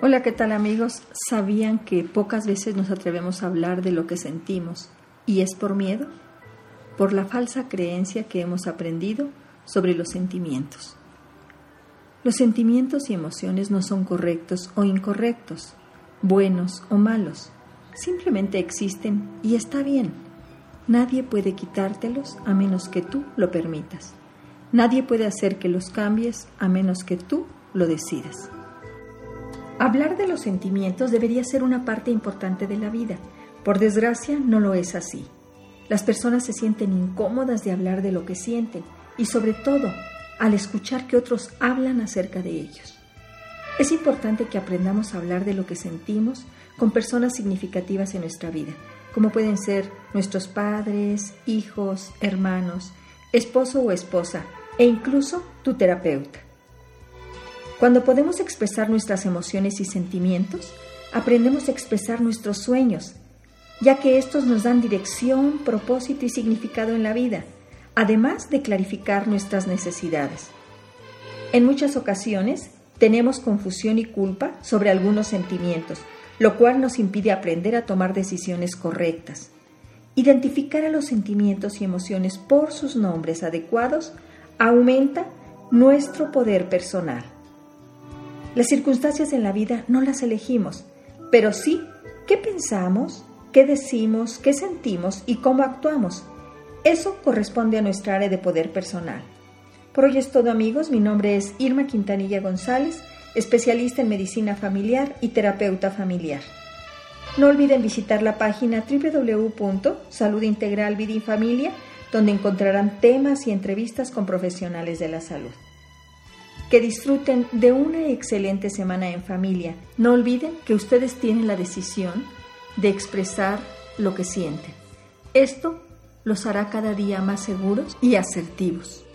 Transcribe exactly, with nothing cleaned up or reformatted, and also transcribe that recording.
Hola, ¿qué tal amigos? ¿Sabían que pocas veces nos atrevemos a hablar de lo que sentimos? ¿Y es por miedo? Por la falsa creencia que hemos aprendido sobre los sentimientos. Los sentimientos y emociones no son correctos o incorrectos, buenos o malos. Simplemente existen y está bien. Nadie puede quitártelos a menos que tú lo permitas. Nadie puede hacer que los cambies a menos que tú lo decidas. Hablar de los sentimientos debería ser una parte importante de la vida. Por desgracia, no lo es así. Las personas se sienten incómodas de hablar de lo que sienten y, sobre todo, al escuchar que otros hablan acerca de ellos. Es importante que aprendamos a hablar de lo que sentimos con personas significativas en nuestra vida, como pueden ser nuestros padres, hijos, hermanos, esposo o esposa, e incluso tu terapeuta. Cuando podemos expresar nuestras emociones y sentimientos, aprendemos a expresar nuestros sueños, ya que estos nos dan dirección, propósito y significado en la vida, además de clarificar nuestras necesidades. En muchas ocasiones, tenemos confusión y culpa sobre algunos sentimientos, lo cual nos impide aprender a tomar decisiones correctas. Identificar a los sentimientos y emociones por sus nombres adecuados aumenta nuestro poder personal. Las circunstancias en la vida no las elegimos, pero sí qué pensamos, qué decimos, qué sentimos y cómo actuamos. Eso corresponde a nuestra área de poder personal. Por hoy es todo, amigos. Mi nombre es Irma Quintanilla González, especialista en medicina familiar y terapeuta familiar. No olviden visitar la página doble u doble u doble u punto salud integral vida y familia, donde encontrarán temas y entrevistas con profesionales de la salud. Que disfruten de una excelente semana en familia. No olviden que ustedes tienen la decisión de expresar lo que sienten. Esto los hará cada día más seguros y asertivos.